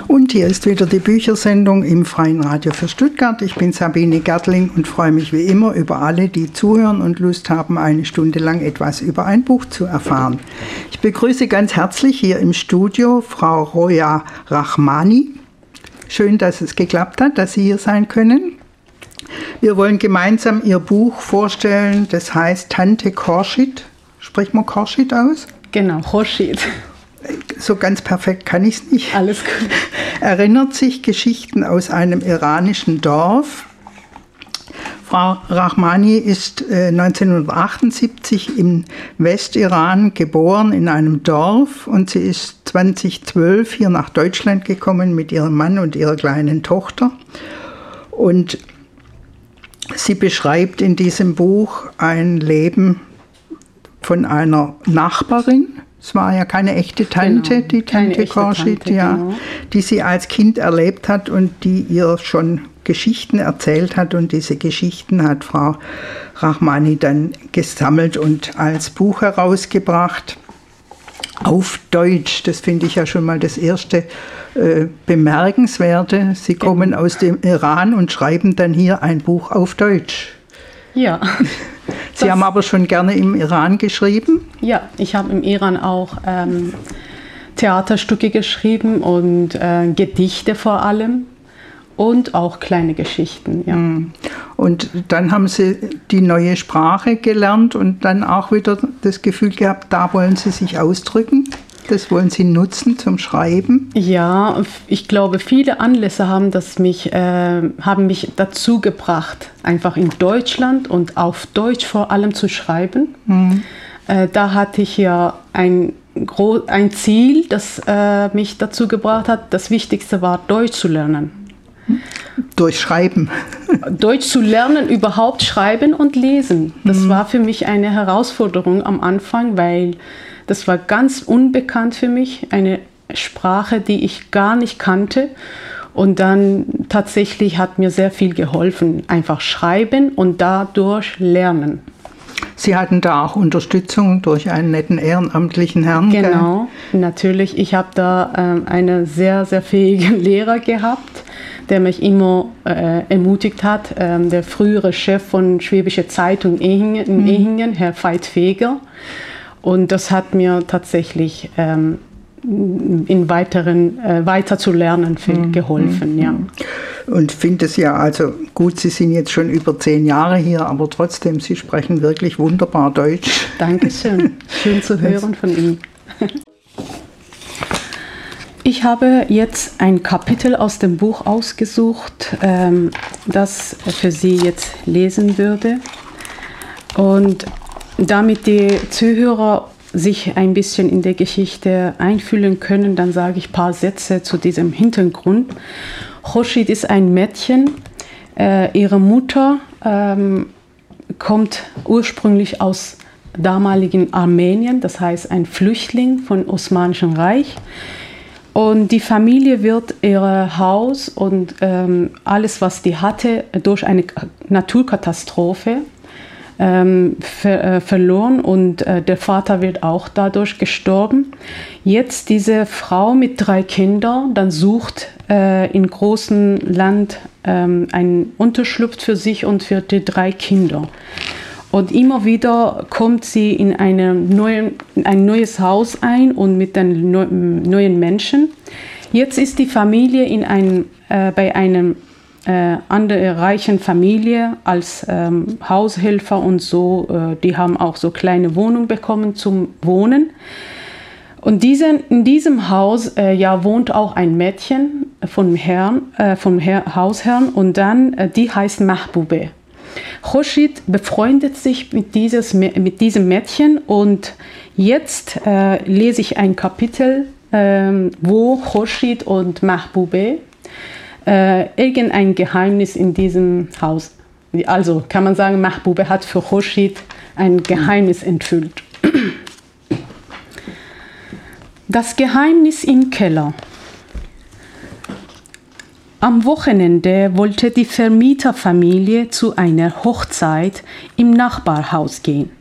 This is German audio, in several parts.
Und hier ist wieder die Büchersendung im Freien Radio für Stuttgart. Ich bin Sabine Gärtling und freue mich wie immer über alle, die zuhören und Lust haben, eine Stunde lang etwas über ein Buch zu erfahren. Ich begrüße ganz herzlich hier im Studio Frau Roja Rahmani. Schön, dass es geklappt hat, dass Sie hier sein können. Wir wollen gemeinsam Ihr Buch vorstellen, das heißt Tante Khorshid. Spricht man Khorshid aus? Genau, Khorshid. So ganz perfekt kann ich es nicht. Alles gut. Erinnert sich Geschichten aus einem iranischen Dorf. Frau Rahmani ist 1978 im Westiran geboren, in einem Dorf. Und sie ist 2012 hier nach Deutschland gekommen mit ihrem Mann und ihrer kleinen Tochter. Und sie beschreibt in diesem Buch ein Leben von einer Nachbarin. Es war ja keine echte Tante, genau, die Tante Khorshid, ja, genau, die sie als Kind erlebt hat und die ihr schon Geschichten erzählt hat. Und diese Geschichten hat Frau Rahmani dann gesammelt und als Buch herausgebracht. Auf Deutsch, das finde ich ja schon mal das erste Bemerkenswerte. Sie kommen aus dem Iran und schreiben dann hier ein Buch auf Deutsch. Ja. Sie haben aber schon gerne im Iran geschrieben? Ja, ich habe im Iran auch Theaterstücke geschrieben und Gedichte vor allem und auch kleine Geschichten. Ja. Und dann haben Sie die neue Sprache gelernt und dann auch wieder das Gefühl gehabt, da wollen Sie sich ausdrücken? Das wollen Sie nutzen zum Schreiben? Ja, ich glaube, viele Anlässe haben mich dazu gebracht, einfach in Deutschland und auf Deutsch vor allem zu schreiben. Da hatte ich ja ein Ziel, das mich dazu gebracht hat. Das Wichtigste war, Deutsch zu lernen. Durch Schreiben? Deutsch zu lernen, überhaupt schreiben und lesen. Das war für mich eine Herausforderung am Anfang, weil das war ganz unbekannt für mich, eine Sprache, die ich gar nicht kannte. Und dann tatsächlich hat mir sehr viel geholfen, einfach schreiben und dadurch lernen. Sie hatten da auch Unterstützung durch einen netten ehrenamtlichen Herrn? Genau, natürlich. Ich habe da einen sehr, sehr fähigen Lehrer gehabt, der mich immer ermutigt hat. Der frühere Chef von Schwäbische Zeitung in Ehingen, Herr Veit Feger. Und das hat mir tatsächlich weiter zu lernen geholfen. Ja. Und finde es ja, also gut, Sie sind jetzt schon über 10 Jahre hier, aber trotzdem, Sie sprechen wirklich wunderbar Deutsch. Dankeschön. Schön zu hören von Ihnen. Ich habe jetzt ein Kapitel aus dem Buch ausgesucht, das für Sie jetzt lesen würde. Und damit die Zuhörer sich ein bisschen in der Geschichte einfühlen können, dann sage ich ein paar Sätze zu diesem Hintergrund. Khorshid ist ein Mädchen. Ihre Mutter kommt ursprünglich aus damaligen Armenien, das heißt ein Flüchtling vom Osmanischen Reich. Und die Familie wird ihr Haus und alles, was die hatte, durch eine Naturkatastrophe verloren und der Vater wird auch dadurch gestorben. Jetzt diese Frau mit 3 Kindern, dann sucht in großem Land einen Unterschlupf für sich und für die 3 Kinder. Und immer wieder kommt sie in ein neues Haus ein und mit den neuen Menschen. Jetzt ist die Familie bei einem andere reichen Familie als Haushelfer und so. Die haben auch so kleine Wohnungen bekommen zum Wohnen. Und in diesem Haus wohnt auch ein Mädchen vom Hausherrn und dann, die heißt Mahbube. Khorshid befreundet sich mit diesem Mädchen und jetzt lese ich ein Kapitel, wo Khorshid und Mahbube irgendein Geheimnis in diesem Haus. Also kann man sagen, Mahbube hat für Khorshid ein Geheimnis enthüllt. Das Geheimnis im Keller. Am Wochenende wollte die Vermieterfamilie zu einer Hochzeit im Nachbarhaus gehen.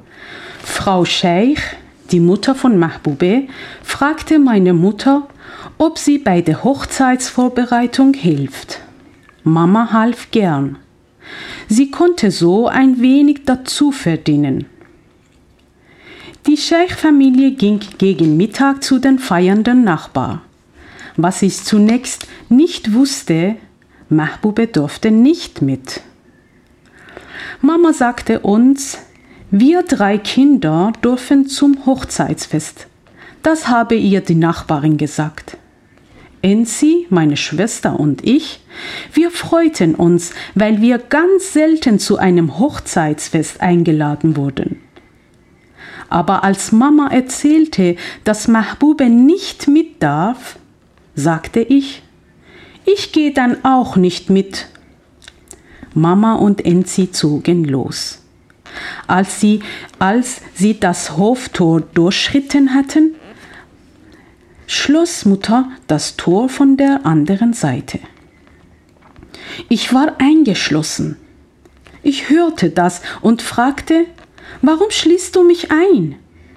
Frau Scheich, die Mutter von Mahbube, fragte meine Mutter, ob sie bei der Hochzeitsvorbereitung hilft. Mama half gern. Sie konnte so ein wenig dazu verdienen. Die Scheich-Familie ging gegen Mittag zu den feiernden Nachbarn. Was ich zunächst nicht wusste, Mahbube durfte nicht mit. Mama sagte uns, wir 3 Kinder dürfen zum Hochzeitsfest. Das habe ihr die Nachbarin gesagt. Enzi, meine Schwester und ich, wir freuten uns, weil wir ganz selten zu einem Hochzeitsfest eingeladen wurden. Aber als Mama erzählte, dass Mahbube nicht mit darf, sagte ich gehe dann auch nicht mit. Mama und Enzi zogen los. Als sie das Hoftor durchschritten hatten, schloss Mutter das Tor von der anderen Seite. Ich war eingeschlossen. Ich hörte das und fragte, warum schließt du mich ein?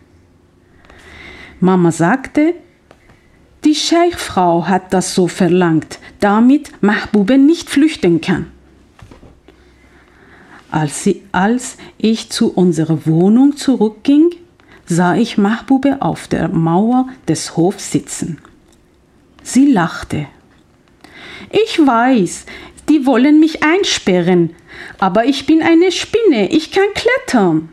Mama sagte, die Scheichfrau hat das so verlangt, damit Mahbube nicht flüchten kann. Als ich zu unserer Wohnung zurückging, sah ich Mahbube auf der Mauer des Hofs sitzen. Sie lachte. Ich weiß, die wollen mich einsperren, aber ich bin eine Spinne, ich kann klettern.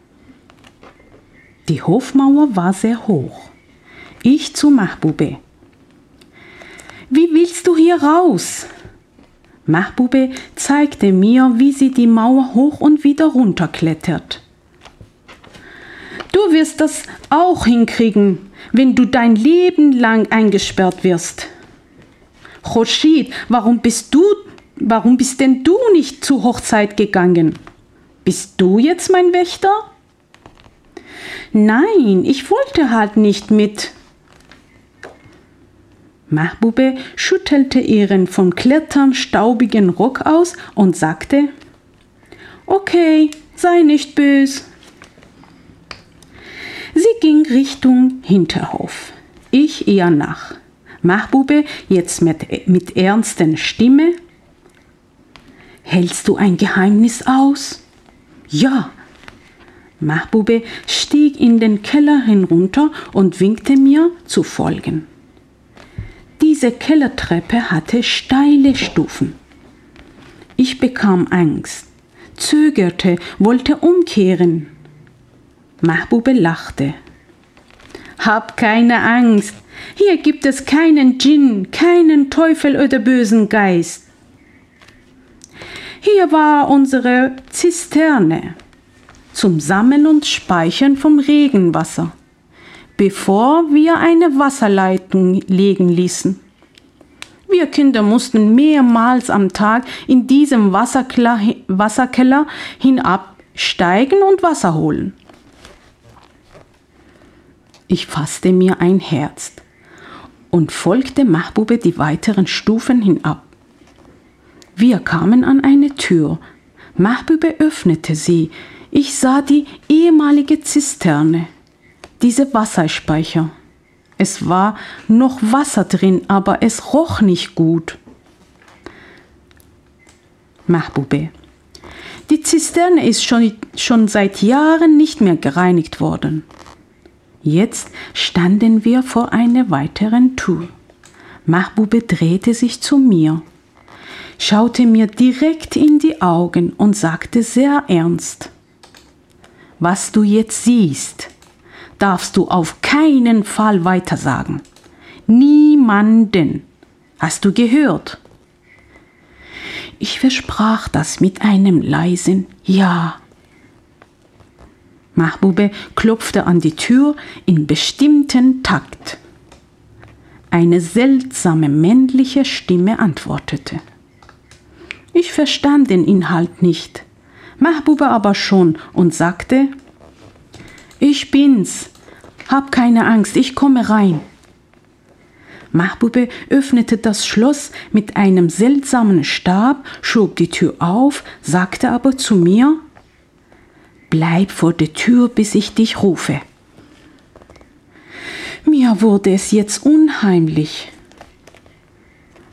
Die Hofmauer war sehr hoch. Ich zu Mahbube. Wie willst du hier raus? Mahbube zeigte mir, wie sie die Mauer hoch und wieder runter klettert. Du wirst das auch hinkriegen, wenn du dein Leben lang eingesperrt wirst. Khourshid, warum bist denn du nicht zur Hochzeit gegangen? Bist du jetzt mein Wächter? Nein, ich wollte halt nicht mit. Mahbube schüttelte ihren vom Klettern staubigen Rock aus und sagte, okay, sei nicht bös. Sie ging Richtung Hinterhof, ich ihr nach. Mahbube jetzt mit ernster Stimme, hältst du ein Geheimnis aus? Ja. Mahbube stieg in den Keller hinunter und winkte mir zu folgen. Diese Kellertreppe hatte steile Stufen. Ich bekam Angst, zögerte, wollte umkehren. Mahbube lachte. Hab keine Angst, hier gibt es keinen Djinn, keinen Teufel oder bösen Geist. Hier war unsere Zisterne zum Sammeln und Speichern vom Regenwasser, bevor wir eine Wasserleitung legen ließen. Wir Kinder mussten mehrmals am Tag in diesem Wasserkeller hinabsteigen und Wasser holen. Ich fasste mir ein Herz und folgte Mahbube die weiteren Stufen hinab. Wir kamen an eine Tür. Mahbube öffnete sie. Ich sah die ehemalige Zisterne, diese Wasserspeicher. Es war noch Wasser drin, aber es roch nicht gut. Mahbube: Die Zisterne ist schon seit Jahren nicht mehr gereinigt worden. Jetzt standen wir vor einer weiteren Tür. Mahbube drehte sich zu mir, schaute mir direkt in die Augen und sagte sehr ernst: Was du jetzt siehst, darfst du auf keinen Fall weitersagen. Niemanden. Hast du gehört? Ich versprach das mit einem leisen Ja. Mahbube klopfte an die Tür in bestimmten Takt. Eine seltsame männliche Stimme antwortete. Ich verstand den Inhalt nicht, Mahbube aber schon und sagte: Ich bin's, hab keine Angst, ich komme rein. Mahbube öffnete das Schloss mit einem seltsamen Stab, schob die Tür auf, sagte aber zu mir: Bleib vor der Tür, bis ich dich rufe. Mir wurde es jetzt unheimlich.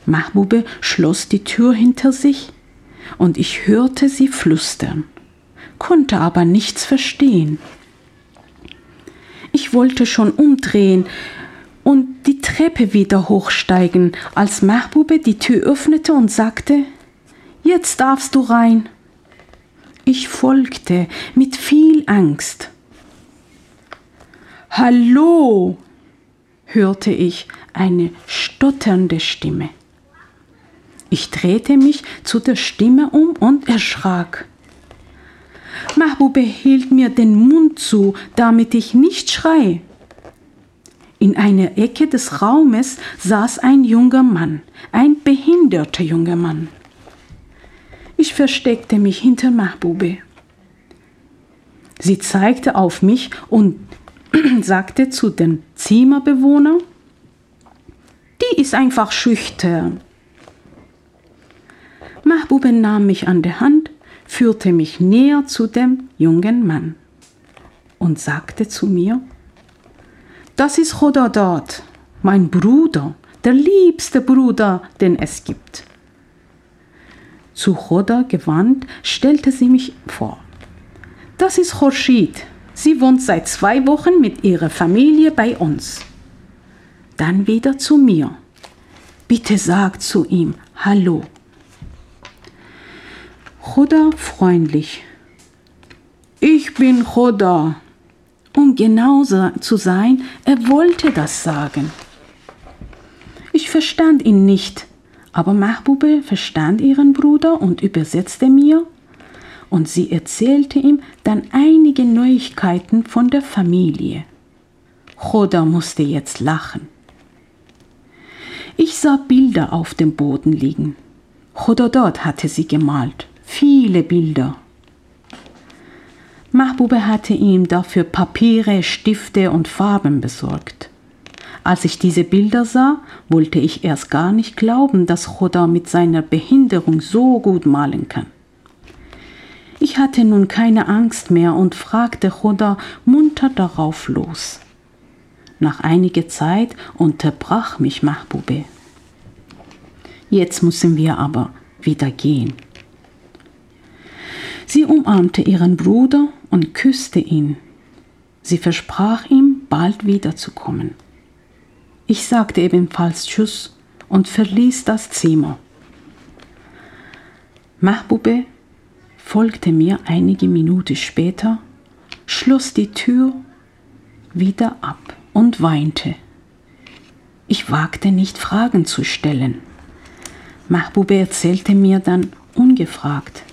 Mahbube schloss die Tür hinter sich und ich hörte sie flüstern, konnte aber nichts verstehen. Ich wollte schon umdrehen und die Treppe wieder hochsteigen, als Mahbube die Tür öffnete und sagte: »Jetzt darfst du rein.« Ich folgte mit viel Angst. »Hallo«, hörte ich eine stotternde Stimme. Ich drehte mich zu der Stimme um und erschrak. Mahbube hielt mir den Mund zu, damit ich nicht schreie. In einer Ecke des Raumes saß ein junger Mann, ein behinderter junger Mann. Ich versteckte mich hinter Mahbube. Sie zeigte auf mich und sagte zu dem Zimmerbewohner: »Die ist einfach schüchtern.« Mahbube nahm mich an der Hand, führte mich näher zu dem jungen Mann und sagte zu mir: »Das ist Khodadad, mein Bruder, der liebste Bruder, den es gibt.« Zu Khoda gewandt, stellte sie mich vor. »Das ist Khorshid. Sie wohnt seit 2 Wochen mit ihrer Familie bei uns.« Dann wieder zu mir. »Bitte sag zu ihm Hallo.« Khoda freundlich: »Ich bin Khoda.« Um genau zu sein, er wollte das sagen. Ich verstand ihn nicht, aber Mahbube verstand ihren Bruder und übersetzte mir, und sie erzählte ihm dann einige Neuigkeiten von der Familie. Khoda musste jetzt lachen. Ich sah Bilder auf dem Boden liegen. Khodadad hatte sie gemalt, viele Bilder. Mahbube hatte ihm dafür Papiere, Stifte und Farben besorgt. Als ich diese Bilder sah, wollte ich erst gar nicht glauben, dass Khoda mit seiner Behinderung so gut malen kann. Ich hatte nun keine Angst mehr und fragte Khoda munter darauf los. Nach einiger Zeit unterbrach mich Mahbube. »Jetzt müssen wir aber wieder gehen.« Sie umarmte ihren Bruder und küsste ihn. Sie versprach ihm, bald wiederzukommen. Ich sagte ebenfalls Tschüss und verließ das Zimmer. Mahbube folgte mir einige Minuten später, schloss die Tür wieder ab und weinte. Ich wagte nicht, Fragen zu stellen. Mahbube erzählte mir dann ungefragt: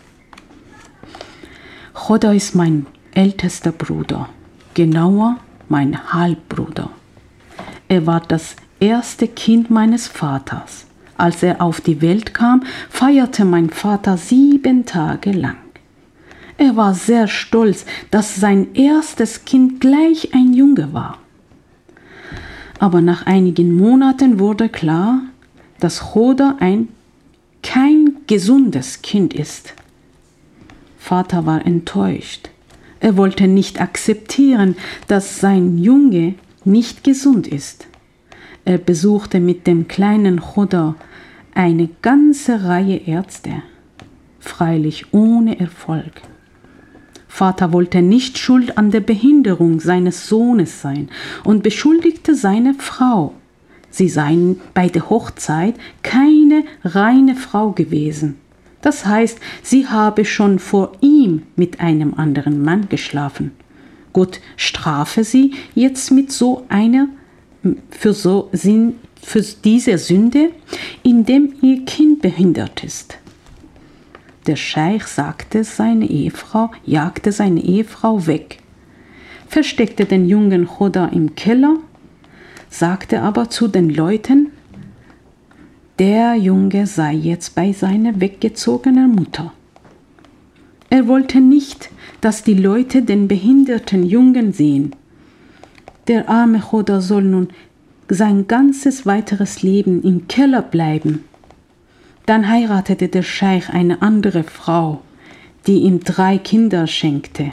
Khoda ist mein ältester Bruder, genauer mein Halbbruder. Er war das erste Kind meines Vaters. Als er auf die Welt kam, feierte mein Vater 7 Tage lang. Er war sehr stolz, dass sein erstes Kind gleich ein Junge war. Aber nach einigen Monaten wurde klar, dass Khoda kein gesundes Kind ist. Vater war enttäuscht. Er wollte nicht akzeptieren, dass sein Junge nicht gesund ist. Er besuchte mit dem kleinen Khoda eine ganze Reihe Ärzte, freilich ohne Erfolg. Vater wollte nicht schuld an der Behinderung seines Sohnes sein und beschuldigte seine Frau. Sie seien bei der Hochzeit keine reine Frau gewesen. Das heißt, sie habe schon vor ihm mit einem anderen Mann geschlafen. Gott strafe sie jetzt mit so einer für diese Sünde, indem ihr Kind behindert ist. Der Scheich jagte seine Ehefrau weg, versteckte den jungen Khoda im Keller, sagte aber zu den Leuten, der Junge sei jetzt bei seiner weggezogenen Mutter. Er wollte nicht, dass die Leute den behinderten Jungen sehen. Der arme Khoda soll nun sein ganzes weiteres Leben im Keller bleiben. Dann heiratete der Scheich eine andere Frau, die ihm 3 Kinder schenkte.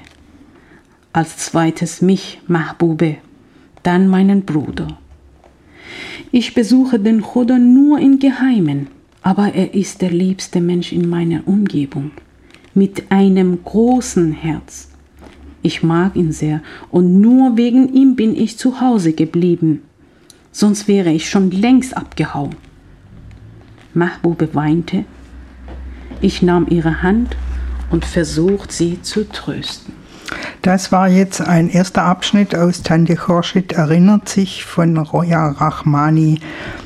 Als zweites mich, Mahbube, dann meinen Bruder. Ich besuche den Khuda nur im Geheimen, aber er ist der liebste Mensch in meiner Umgebung, mit einem großen Herz. Ich mag ihn sehr und nur wegen ihm bin ich zu Hause geblieben, sonst wäre ich schon längst abgehauen. Mahbube weinte. Ich nahm ihre Hand und versuchte sie zu trösten. Das war jetzt ein erster Abschnitt aus Tante Khorshid erinnert sich von Roya Rahmani.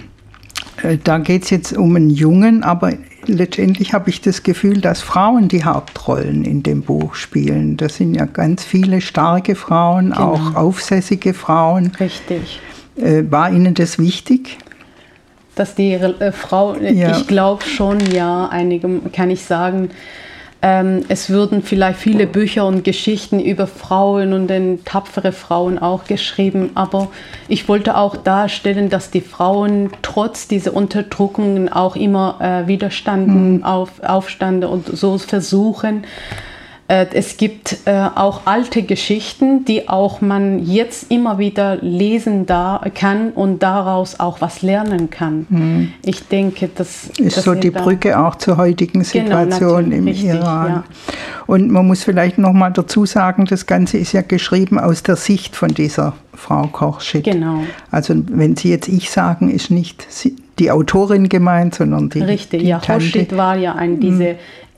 Da geht es jetzt um einen Jungen, aber letztendlich habe ich das Gefühl, dass Frauen die Hauptrollen in dem Buch spielen. Das sind ja ganz viele starke Frauen, genau. Auch aufsässige Frauen. Richtig. War Ihnen das wichtig? Dass die Frau, ja. Ich glaube schon, ja, einigem kann ich sagen, es würden vielleicht viele Bücher und Geschichten über Frauen und tapfere Frauen auch geschrieben, aber ich wollte auch darstellen, dass die Frauen trotz dieser Unterdrückungen auch immer widerstanden, aufstanden und so versuchen. Es gibt auch alte Geschichten, die auch man jetzt immer wieder lesen kann und daraus auch was lernen kann. Ich denke, das ist so die Brücke auch zur heutigen Situation im Iran. Ja. Und man muss vielleicht noch mal dazu sagen, das Ganze ist ja geschrieben aus der Sicht von dieser Frau Khorshid. Genau. Also wenn Sie jetzt ich sagen, ist nicht die Autorin gemeint, sondern die Richtig, ja, Khorshid war ja eine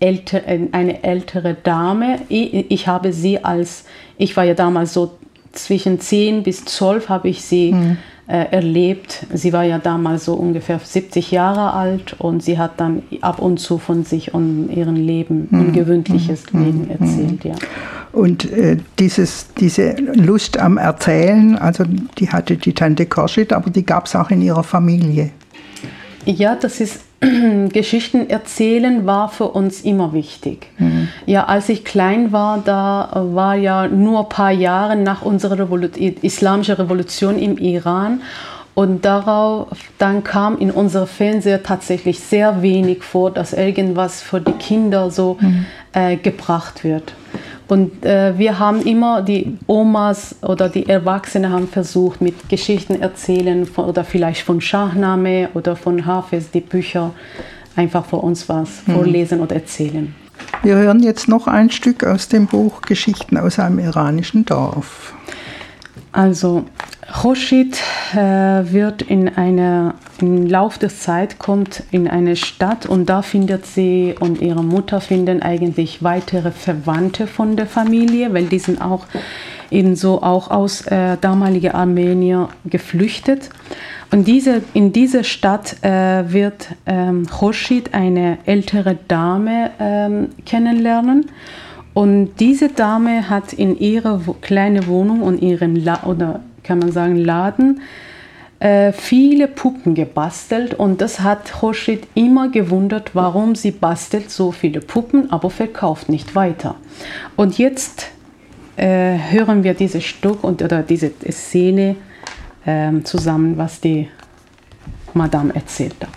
ältere Dame. Ich habe sie ich war ja damals so zwischen 10 bis 12 habe ich sie erlebt. Sie war ja damals so ungefähr 70 Jahre alt und sie hat dann ab und zu von sich und ihrem Leben, ungewöhnliches Leben erzählt. Ja. Und diese Lust am Erzählen, also die hatte die Tante Khorshid, aber die gab es auch in ihrer Familie. Ja, das ist Geschichten erzählen war für uns immer wichtig. Ja, als ich klein war, da war ja nur ein paar Jahre nach unserer islamischen Revolution im Iran und dann kam in unserem Fernseher tatsächlich sehr wenig vor, dass irgendwas für die Kinder so gebracht wird. Und wir haben immer, die Omas oder die Erwachsenen haben versucht, mit Geschichten erzählen oder vielleicht von Shahnameh oder von Hafiz, die Bücher, einfach für uns was vorlesen oder erzählen. Wir hören jetzt noch ein Stück aus dem Buch Geschichten aus einem iranischen Dorf. Also Khorshid wird im Laufe der Zeit kommt in eine Stadt und da findet sie und ihre Mutter finden eigentlich weitere Verwandte von der Familie, weil die sind auch ebenso auch aus damaliger Armenien geflüchtet. Und in dieser Stadt wird Khorshid eine ältere Dame kennenlernen. Und diese Dame hat in ihrer kleinen Wohnung und ihren kann man sagen Laden viele Puppen gebastelt und das hat Khorshid immer gewundert, warum sie bastelt so viele Puppen, aber verkauft nicht weiter. Und jetzt hören wir dieses Stück oder diese Szene zusammen, was die Madame erzählt hat.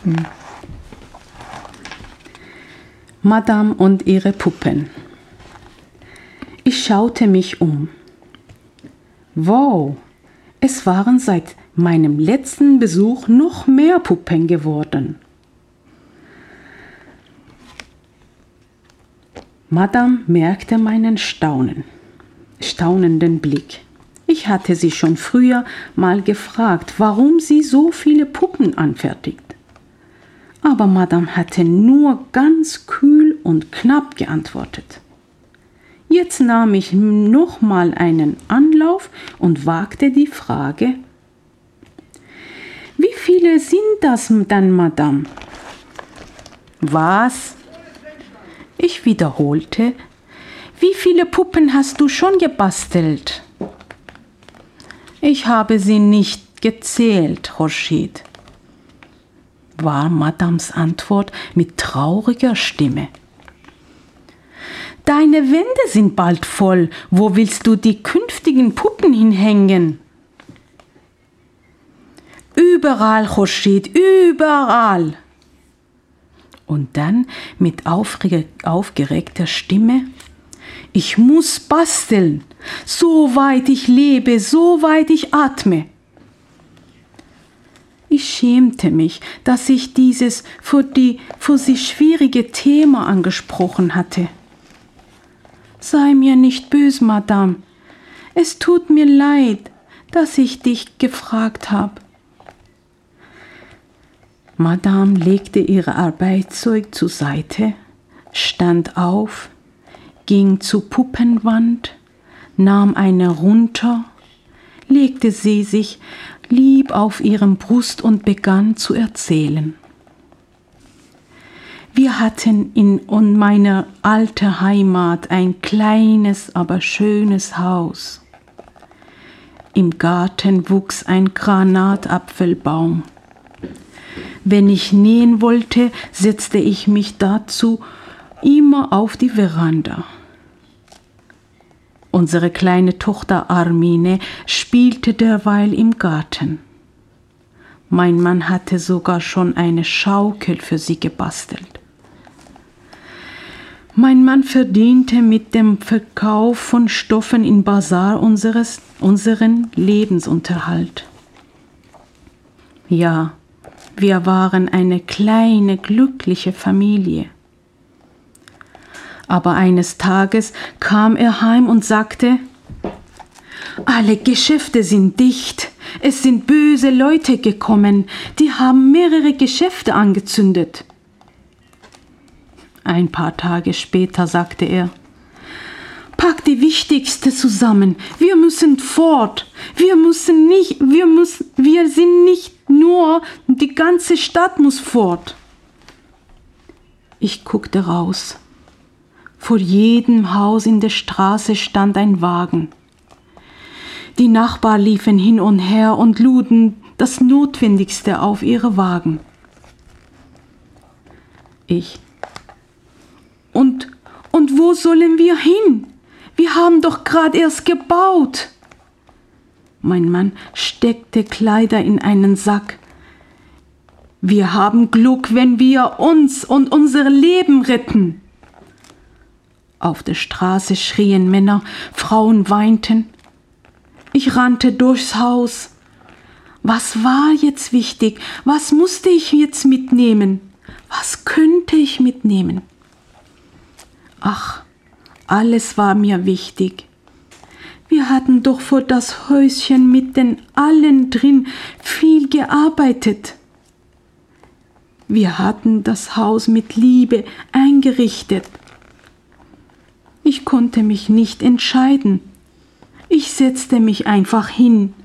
Madame und ihre Puppen. Ich schaute mich um. Wow, es waren seit meinem letzten Besuch noch mehr Puppen geworden. Madame merkte meinen staunenden Blick. Ich hatte sie schon früher mal gefragt, warum sie so viele Puppen anfertigt. Aber Madame hatte nur ganz kühl und knapp geantwortet. Jetzt nahm ich noch mal einen Anlauf und wagte die Frage: Wie viele sind das dann, Madame? Was? Ich wiederholte: Wie viele Puppen hast du schon gebastelt? Ich habe sie nicht gezählt, Khorshid, war Madames Antwort mit trauriger Stimme. Deine Wände sind bald voll. Wo willst du die künftigen Puppen hinhängen? Überall, Khorshid, überall. Und dann mit aufgeregter Stimme: Ich muss basteln, soweit ich lebe, soweit ich atme. Ich schämte mich, dass ich dieses für sie schwierige Thema angesprochen hatte. Sei mir nicht böse, Madame. Es tut mir leid, dass ich dich gefragt habe. Madame legte ihr Arbeitszeug zur Seite, stand auf, ging zur Puppenwand, nahm eine runter, legte sie sich lieb auf ihrem Brust und begann zu erzählen. Wir hatten in meiner alten Heimat ein kleines, aber schönes Haus. Im Garten wuchs ein Granatapfelbaum. Wenn ich nähen wollte, setzte ich mich dazu immer auf die Veranda. Unsere kleine Tochter Armine spielte derweil im Garten. Mein Mann hatte sogar schon eine Schaukel für sie gebastelt. Mein Mann verdiente mit dem Verkauf von Stoffen im Basar unseren Lebensunterhalt. Ja, wir waren eine kleine, glückliche Familie. Aber eines Tages kam er heim und sagte: Alle Geschäfte sind dicht. Es sind böse Leute gekommen. Die haben mehrere Geschäfte angezündet. Ein paar Tage später sagte er: Pack die Wichtigste zusammen. Wir müssen fort. Wir sind nicht nur, die ganze Stadt muss fort. Ich guckte raus. Vor jedem Haus in der Straße stand ein Wagen. Die Nachbarn liefen hin und her und luden das Notwendigste auf ihre Wagen. Und wo sollen wir hin? Wir haben doch gerade erst gebaut. Mein Mann steckte Kleider in einen Sack. Wir haben Glück, wenn wir uns und unser Leben retten. Auf der Straße schrien Männer, Frauen weinten. Ich rannte durchs Haus. Was war jetzt wichtig? Was musste ich jetzt mitnehmen? Was könnte ich mitnehmen? Ach, alles war mir wichtig. Wir hatten doch vor das Häuschen mit den allen drin viel gearbeitet. Wir hatten das Haus mit Liebe eingerichtet. Ich konnte mich nicht entscheiden. Ich setzte mich einfach hin.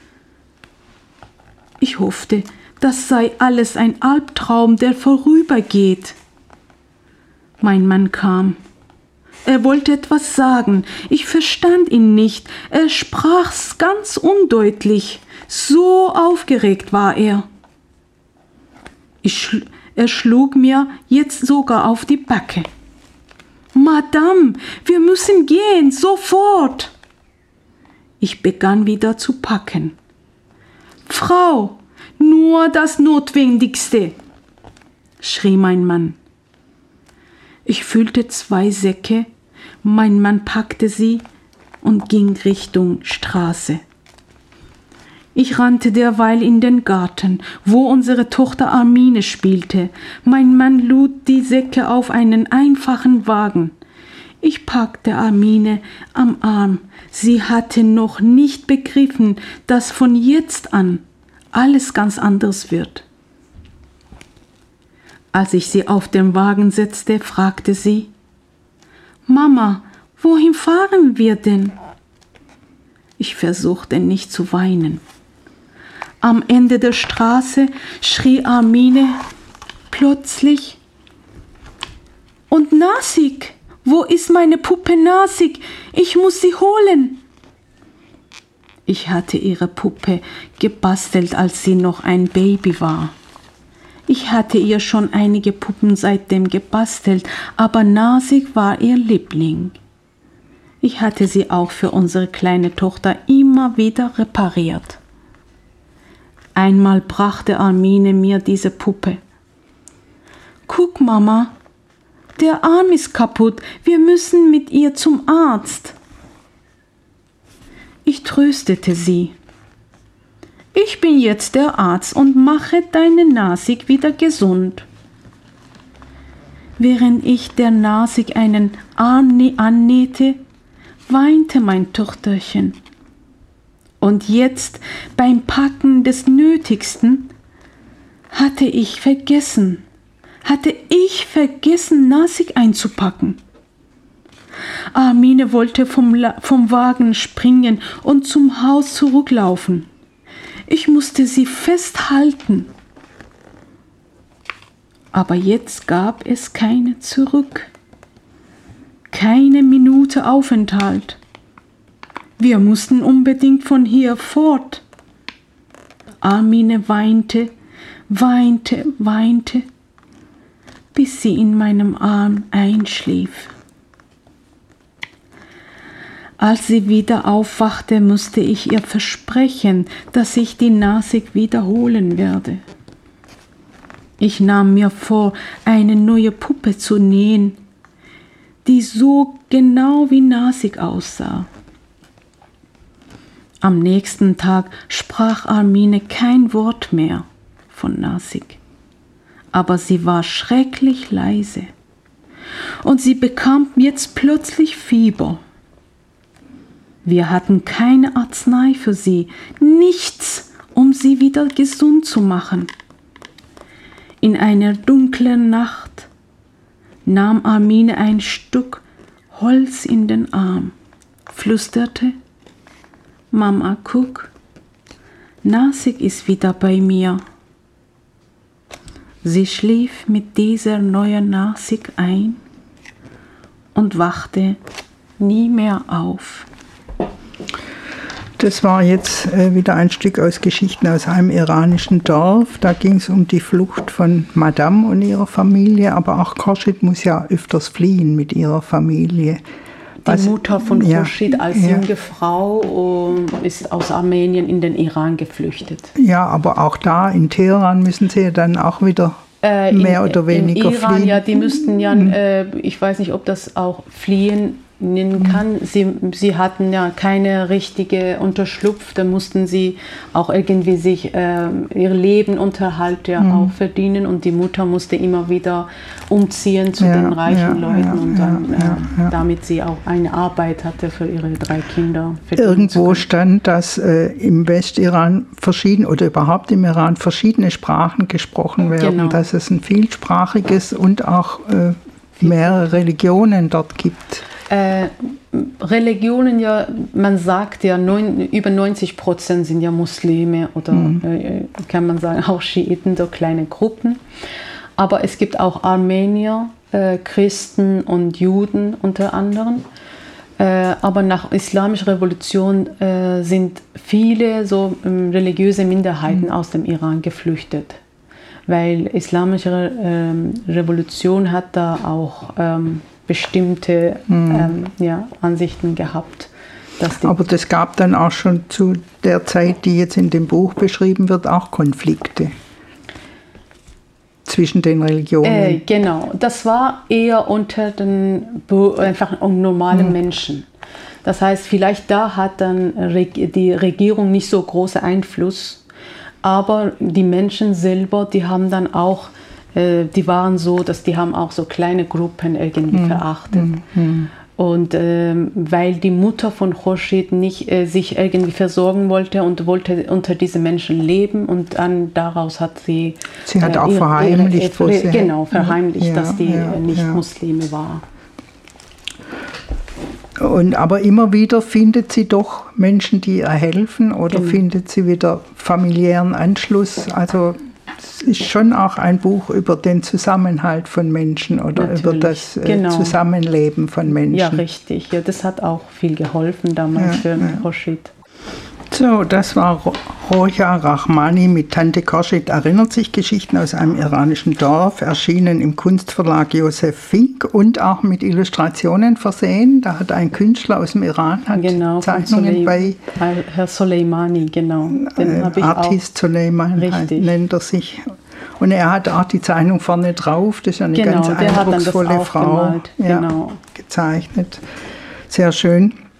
Ich hoffte, das sei alles ein Albtraum, der vorübergeht. Mein Mann kam. Er wollte etwas sagen. Ich verstand ihn nicht. Er sprach ganz undeutlich. So aufgeregt war er. Er schlug mir jetzt sogar auf die Backe. Madame, wir müssen gehen, sofort! Ich begann wieder zu packen. Frau, nur das Notwendigste, schrie mein Mann. Ich füllte 2 Säcke, mein Mann packte sie und ging Richtung Straße. Ich rannte derweil in den Garten, wo unsere Tochter Armine spielte. Mein Mann lud die Säcke auf einen einfachen Wagen. Ich packte Armine am Arm. Sie hatte noch nicht begriffen, dass von jetzt an alles ganz anders wird. Als ich sie auf den Wagen setzte, fragte sie: Mama, wohin fahren wir denn? Ich versuchte nicht zu weinen. Am Ende der Straße schrie Armine plötzlich: Und Nasik, wo ist meine Puppe Nasik? Ich muss sie holen. Ich hatte ihre Puppe gebastelt, als sie noch ein Baby war. Ich hatte ihr schon einige Puppen seitdem gebastelt, aber Nasik war ihr Liebling. Ich hatte sie auch für unsere kleine Tochter immer wieder repariert. Einmal brachte Armine mir diese Puppe. Guck, Mama, der Arm ist kaputt, wir müssen mit ihr zum Arzt. Ich tröstete sie. Ich bin jetzt der Arzt und mache deine Nasig wieder gesund. Während ich der Nasig einen Arm annähte, weinte mein Töchterchen. Und jetzt, beim Packen des Nötigsten, hatte ich vergessen, Nasig einzupacken. Armine wollte vom Wagen springen und zum Haus zurücklaufen. Ich musste sie festhalten. Aber jetzt gab es keine zurück. Keine Minute Aufenthalt. Wir mussten unbedingt von hier fort. Armine weinte, bis sie in meinem Arm einschlief. Als sie wieder aufwachte, musste ich ihr versprechen, dass ich die Nasig wiederholen werde. Ich nahm mir vor, eine neue Puppe zu nähen, die so genau wie Nasig aussah. Am nächsten Tag sprach Armine kein Wort mehr von Nasig, aber sie war schrecklich leise und sie bekam jetzt plötzlich Fieber. Wir hatten keine Arznei für sie, nichts, um sie wieder gesund zu machen. In einer dunklen Nacht nahm Armine ein Stück Holz in den Arm, flüsterte: Mama, guck, Nasig ist wieder bei mir. Sie schlief mit dieser neuen Nasig ein und wachte nie mehr auf. Das war jetzt wieder ein Stück aus Geschichten aus einem iranischen Dorf. Da ging es um die Flucht von Madame und ihrer Familie, aber auch Khorshid muss ja öfters fliehen mit ihrer Familie. Die Mutter von Khorshid als junge Frau ist aus Armenien in den Iran geflüchtet. Ja, aber auch da in Teheran müssen sie dann auch wieder mehr oder weniger in Iran, fliehen. Ja, die müssten ja, ich weiß nicht, ob das auch fliehen nennen kann. Sie hatten ja keine richtige Unterschlupf, da mussten sie auch irgendwie sich ihr Lebenunterhalt auch verdienen und die Mutter musste immer wieder umziehen zu den reichen Leuten und dann, damit sie auch eine Arbeit hatte für ihre 3 Kinder. Irgendwo stand, dass im Westiran oder überhaupt im Iran verschiedene Sprachen gesprochen werden, dass es ein vielsprachiges und auch mehrere Religionen dort gibt. Religionen, ja, man sagt ja, über 90% sind ja Muslime oder kann man sagen auch Schiiten, so kleine Gruppen. Aber es gibt auch Armenier, Christen und Juden unter anderem. Aber nach islamischer Revolution sind viele so religiöse Minderheiten aus dem Iran geflüchtet. Weil islamische Revolution hat da auch bestimmte Ansichten gehabt. Aber das gab dann auch schon zu der Zeit, die jetzt in dem Buch beschrieben wird, auch Konflikte zwischen den Religionen. Genau, das war eher unter den einfach normalen Menschen. Das heißt, vielleicht da hat dann die Regierung nicht so großen Einfluss, aber die Menschen selber, die haben dann auch die waren so, dass die haben auch so kleine Gruppen irgendwie verachtet. Und weil die Mutter von Khorshid nicht sich irgendwie versorgen wollte und wollte unter diesen Menschen leben und dann daraus hat sie... Sie hat auch verheimlicht, verheimlicht, dass die nicht Muslime war. Aber immer wieder findet sie doch Menschen, die ihr helfen oder findet sie wieder familiären Anschluss. Also es ist schon auch ein Buch über den Zusammenhalt von Menschen oder über das Zusammenleben von Menschen. Ja, richtig. Ja, das hat auch viel geholfen damals für Khorshid. So, das war Roja Rahmani mit Tante Khorshid erinnert sich, Geschichten aus einem iranischen Dorf, erschienen im Kunstverlag Josef Fink und auch mit Illustrationen versehen. Da hat ein Künstler aus dem Iran Zeichnungen bei. Herr Soleimani, genau. Den habe ich Artist Soleimani nennt er sich. Und er hat auch die Zeichnung vorne drauf, das ist eine ganz eindrucksvolle Frau gezeichnet. Sehr schön.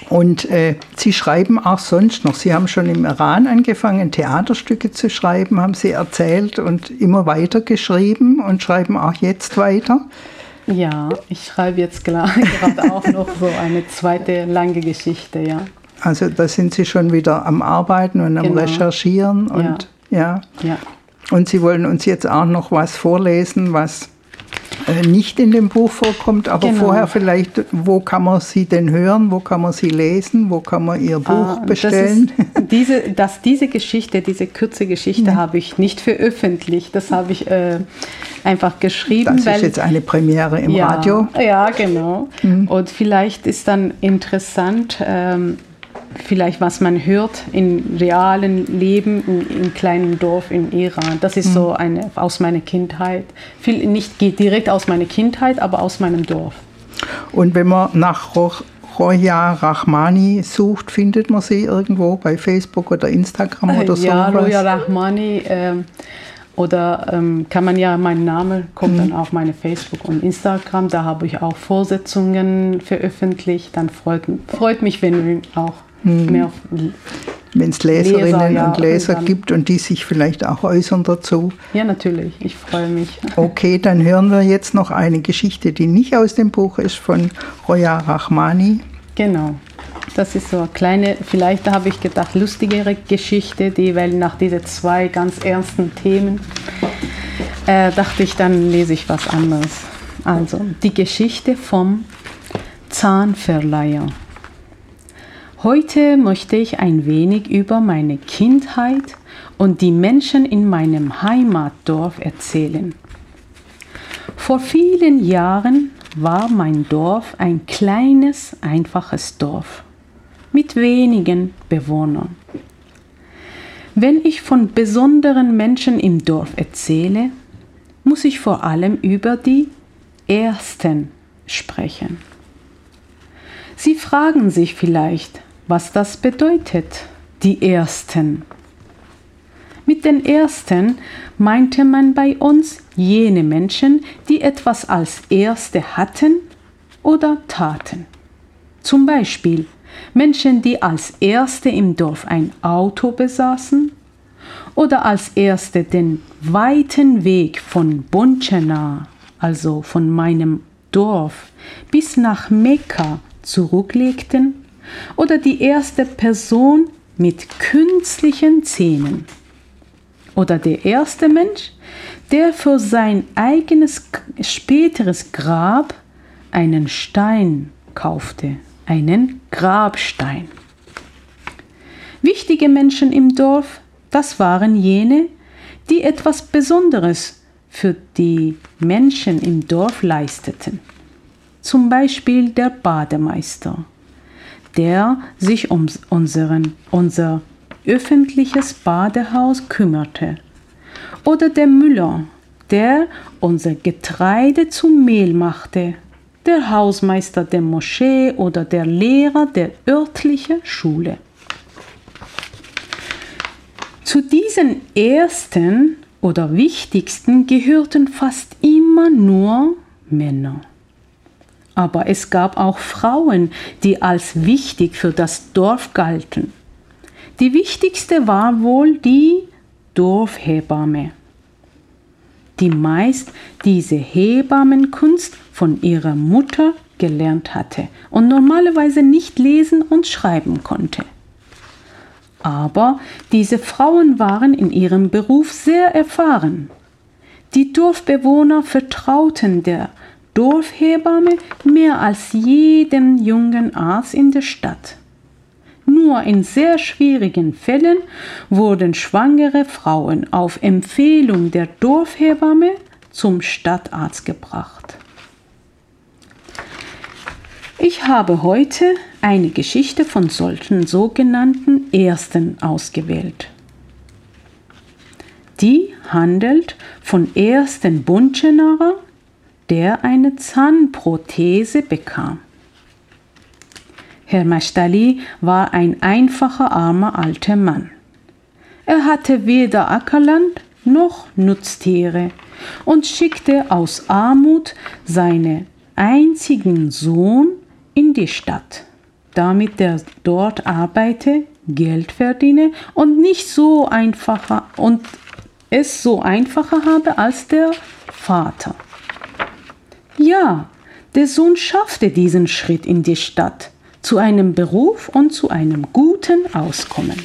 Und Sie schreiben auch sonst noch. Sie haben schon im Iran angefangen, Theaterstücke zu schreiben, haben Sie erzählt, und immer weiter geschrieben und schreiben auch jetzt weiter. Ja, ich schreibe jetzt gerade auch noch so eine zweite lange Geschichte, ja. Also da sind Sie schon wieder am Arbeiten und am Recherchieren. Und, ja. Und Sie wollen uns jetzt auch noch was vorlesen, was nicht in dem Buch vorkommt, aber vorher vielleicht, wo kann man Sie denn hören, wo kann man Sie lesen, wo kann man Ihr Buch bestellen? Diese Geschichte, diese kurze Geschichte habe ich nicht veröffentlicht, das habe ich einfach geschrieben. Das ist jetzt eine Premiere im Radio. Ja, genau. Und vielleicht ist dann interessant, vielleicht was man hört im realen Leben im kleinen Dorf in Iran. Das ist so aus meiner Kindheit. Nicht direkt aus meiner Kindheit, aber aus meinem Dorf. Und wenn man nach Roya Rahmani sucht, findet man sie irgendwo bei Facebook oder Instagram oder so? Ja, Roya Rahmani. Oder kann man meinen Namen kommt dann auf meine Facebook und Instagram. Da habe ich auch Vorsetzungen veröffentlicht. Dann freut mich, wenn auch mehr wenn es Leserinnen und Leser gibt und die sich vielleicht auch äußern dazu. Ja, natürlich. Ich freue mich. Okay, dann hören wir jetzt noch eine Geschichte, die nicht aus dem Buch ist, von Roya Rahmani. Genau. Das ist so eine kleine, vielleicht habe ich gedacht, lustigere Geschichte, weil nach diesen zwei ganz ernsten Themen dachte ich, dann lese ich was anderes. Also, die Geschichte vom Zahnverleiher. Heute möchte ich ein wenig über meine Kindheit und die Menschen in meinem Heimatdorf erzählen. Vor vielen Jahren war mein Dorf ein kleines, einfaches Dorf mit wenigen Bewohnern. Wenn ich von besonderen Menschen im Dorf erzähle, muss ich vor allem über die Ersten sprechen. Sie fragen sich vielleicht, was das bedeutet, die Ersten. Mit den Ersten meinte man bei uns jene Menschen, die etwas als Erste hatten oder taten. Zum Beispiel Menschen, die als Erste im Dorf ein Auto besaßen oder als Erste den weiten Weg von Bonchena, also von meinem Dorf, bis nach Mekka zurücklegten, oder die erste Person mit künstlichen Zähnen. Oder der erste Mensch, der für sein eigenes späteres Grab einen Stein kaufte, einen Grabstein. Wichtige Menschen im Dorf, das waren jene, die etwas Besonderes für die Menschen im Dorf leisteten. Zum Beispiel der Bademeister, der sich um unser öffentliches Badehaus kümmerte. Oder der Müller, der unser Getreide zu Mehl machte. Der Hausmeister der Moschee oder der Lehrer der örtlichen Schule. Zu diesen ersten oder wichtigsten gehörten fast immer nur Männer. Aber es gab auch Frauen, die als wichtig für das Dorf galten. Die wichtigste war wohl die Dorfhebamme, die meist diese Hebammenkunst von ihrer Mutter gelernt hatte und normalerweise nicht lesen und schreiben konnte. Aber diese Frauen waren in ihrem Beruf sehr erfahren. Die Dorfbewohner vertrauten der Dorfhebamme mehr als jedem jungen Arzt in der Stadt. Nur in sehr schwierigen Fällen wurden schwangere Frauen auf Empfehlung der Dorfhebamme zum Stadtarzt gebracht. Ich habe heute eine Geschichte von solchen sogenannten Ersten ausgewählt. Die handelt von ersten Bonchenarer, der eine Zahnprothese bekam. Herr Mashtali war ein einfacher, armer alter Mann. Er hatte weder Ackerland noch Nutztiere und schickte aus Armut seinen einzigen Sohn in die Stadt, damit er dort arbeite, Geld verdiene und es so einfacher habe als der Vater. Ja, der Sohn schaffte diesen Schritt in die Stadt, zu einem Beruf und zu einem guten Auskommen.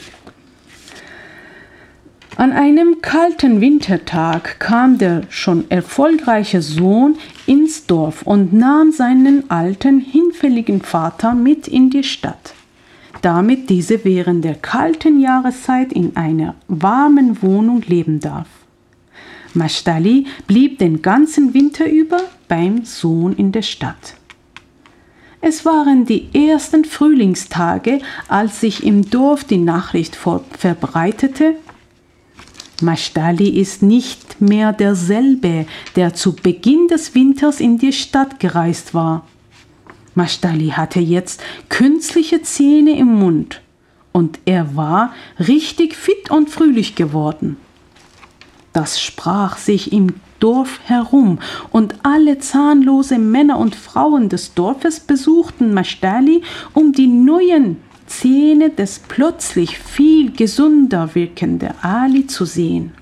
An einem kalten Wintertag kam der schon erfolgreiche Sohn ins Dorf und nahm seinen alten, hinfälligen Vater mit in die Stadt, damit diese während der kalten Jahreszeit in einer warmen Wohnung leben darf. Mashtali blieb den ganzen Winter über beim Sohn in der Stadt. Es waren die ersten Frühlingstage, als sich im Dorf die Nachricht verbreitete: Mashtali ist nicht mehr derselbe, der zu Beginn des Winters in die Stadt gereist war. Mashtali hatte jetzt künstliche Zähne im Mund und er war richtig fit und fröhlich geworden. Das sprach sich im Dorf herum und alle zahnlose Männer und Frauen des Dorfes besuchten Mashtali, um die neuen Zähne des plötzlich viel gesünder wirkenden Ali zu sehen.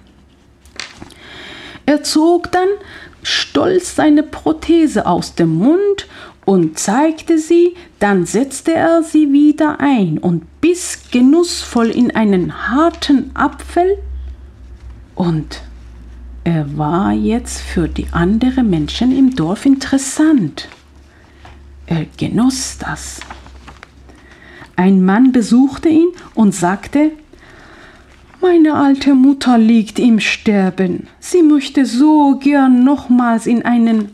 Er zog dann stolz seine Prothese aus dem Mund und zeigte sie, dann setzte er sie wieder ein und biss genussvoll in einen harten Apfel, und er war jetzt für die anderen Menschen im Dorf interessant. Er genoss das. Ein Mann besuchte ihn und sagte: Meine alte Mutter liegt im Sterben. Sie möchte so gern nochmals in einen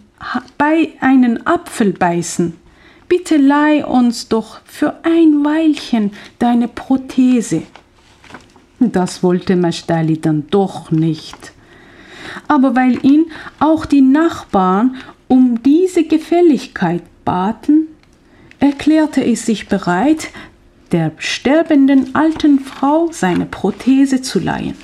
Apfel beißen. Bitte leih uns doch für ein Weilchen deine Prothese. Das wollte Mashtali dann doch nicht. Aber weil ihn auch die Nachbarn um diese Gefälligkeit baten, erklärte er sich bereit, der sterbenden alten Frau seine Prothese zu leihen.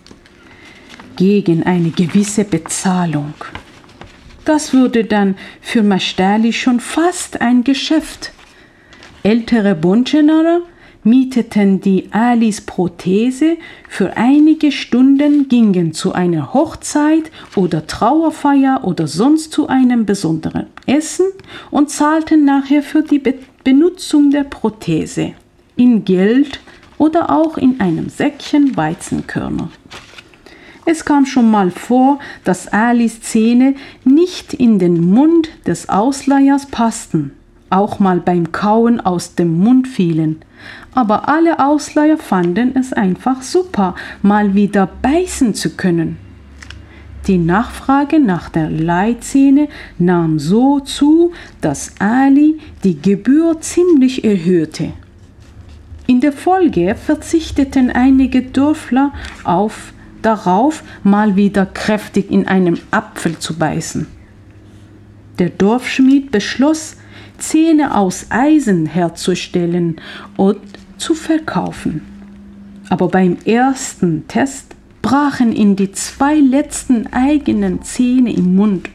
Gegen eine gewisse Bezahlung. Das wurde dann für Mashtali schon fast ein Geschäft. Ältere Bundschenere mieteten die Alis Prothese für einige Stunden, gingen zu einer Hochzeit oder Trauerfeier oder sonst zu einem besonderen Essen und zahlten nachher für die Benutzung der Prothese in Geld oder auch in einem Säckchen Weizenkörner. Es kam schon mal vor, dass Alis Zähne nicht in den Mund des Ausleihers passten, auch mal beim Kauen aus dem Mund fielen. Aber alle Ausleiher fanden es einfach super, mal wieder beißen zu können. Die Nachfrage nach der Leihzähne nahm so zu, dass Ali die Gebühr ziemlich erhöhte. In der Folge verzichteten einige Dörfler darauf, mal wieder kräftig in einem Apfel zu beißen. Der Dorfschmied beschloss, Zähne aus Eisen herzustellen und zu verkaufen. Aber beim ersten Test brachen ihm die 2 letzten eigenen Zähne im Mund.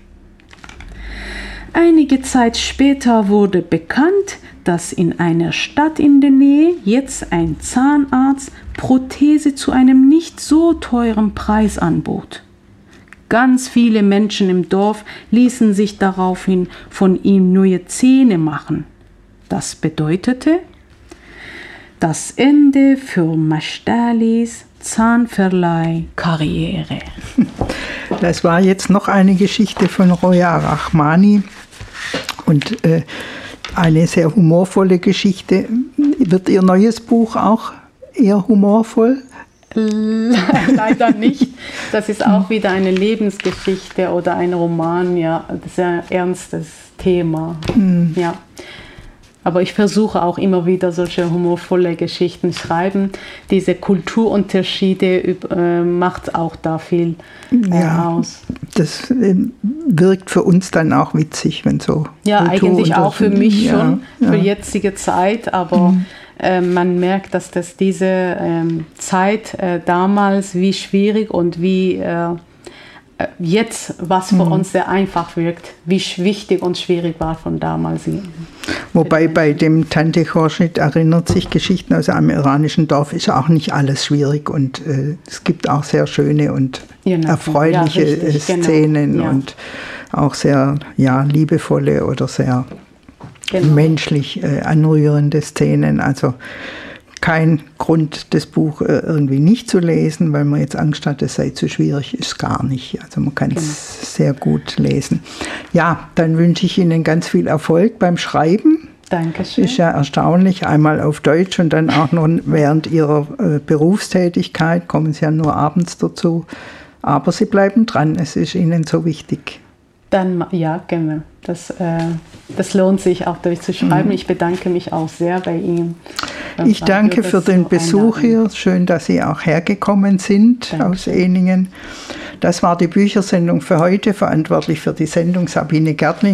Einige Zeit später wurde bekannt, dass in einer Stadt in der Nähe jetzt ein Zahnarzt Prothese zu einem nicht so teuren Preis anbot. Ganz viele Menschen im Dorf ließen sich daraufhin von ihm neue Zähne machen. Das bedeutete das Ende für Mashtalis Zahnverleih-Karriere. Das war jetzt noch eine Geschichte von Roya Rahmani und eine sehr humorvolle Geschichte. Wird Ihr neues Buch auch eher humorvoll? Leider nicht. Das ist auch wieder eine Lebensgeschichte oder ein Roman, ja, sehr ernstes Thema. Ja. Aber ich versuche auch immer wieder solche humorvolle Geschichten schreiben. Diese Kulturunterschiede macht auch da viel aus. Das wirkt für uns dann auch witzig, wenn so. Ja, eigentlich auch für mich schon, für jetzige Zeit, aber man merkt, dass diese Zeit damals, wie schwierig und wie jetzt, was für uns sehr einfach wirkt, wie wichtig und schwierig war von damals. Wobei bei dem Tante Khorshid erinnert sich Geschichten aus einem iranischen Dorf, ist auch nicht alles schwierig und es gibt auch sehr schöne und erfreuliche Szenen und auch sehr liebevolle oder sehr menschlich anrührende Szenen. Also kein Grund, das Buch irgendwie nicht zu lesen, weil man jetzt Angst hat, es sei zu schwierig, ist gar nicht. Also man kann es sehr gut lesen. Ja, dann wünsche ich Ihnen ganz viel Erfolg beim Schreiben. Dankeschön. Ist ja erstaunlich, einmal auf Deutsch und dann auch noch während Ihrer Berufstätigkeit, kommen Sie ja nur abends dazu. Aber Sie bleiben dran, es ist Ihnen so wichtig. Dann, ja, gerne. Das lohnt sich auch durchzuschreiben. Ich bedanke mich auch sehr bei Ihnen. Ich danke für den Besuch hier. Schön, dass Sie auch hergekommen sind aus Ehningen. Das war die Büchersendung für heute. Verantwortlich für die Sendung Sabine Gärtling.